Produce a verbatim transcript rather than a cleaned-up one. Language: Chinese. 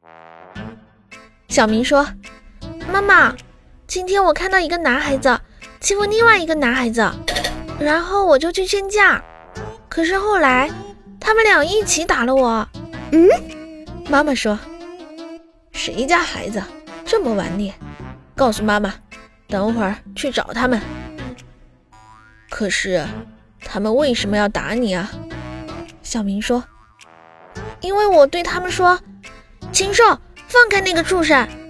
小明说，妈妈，今天我看到一个男孩子欺负另外一个男孩子，然后我就去劝架，可是后来他们俩一起打了我。 嗯， 妈妈说，谁家孩子这么顽劣，告诉妈妈，等会儿去找他们。可是他们为什么要打你啊？小明说，因为我对他们说，禽兽，放开那个畜生，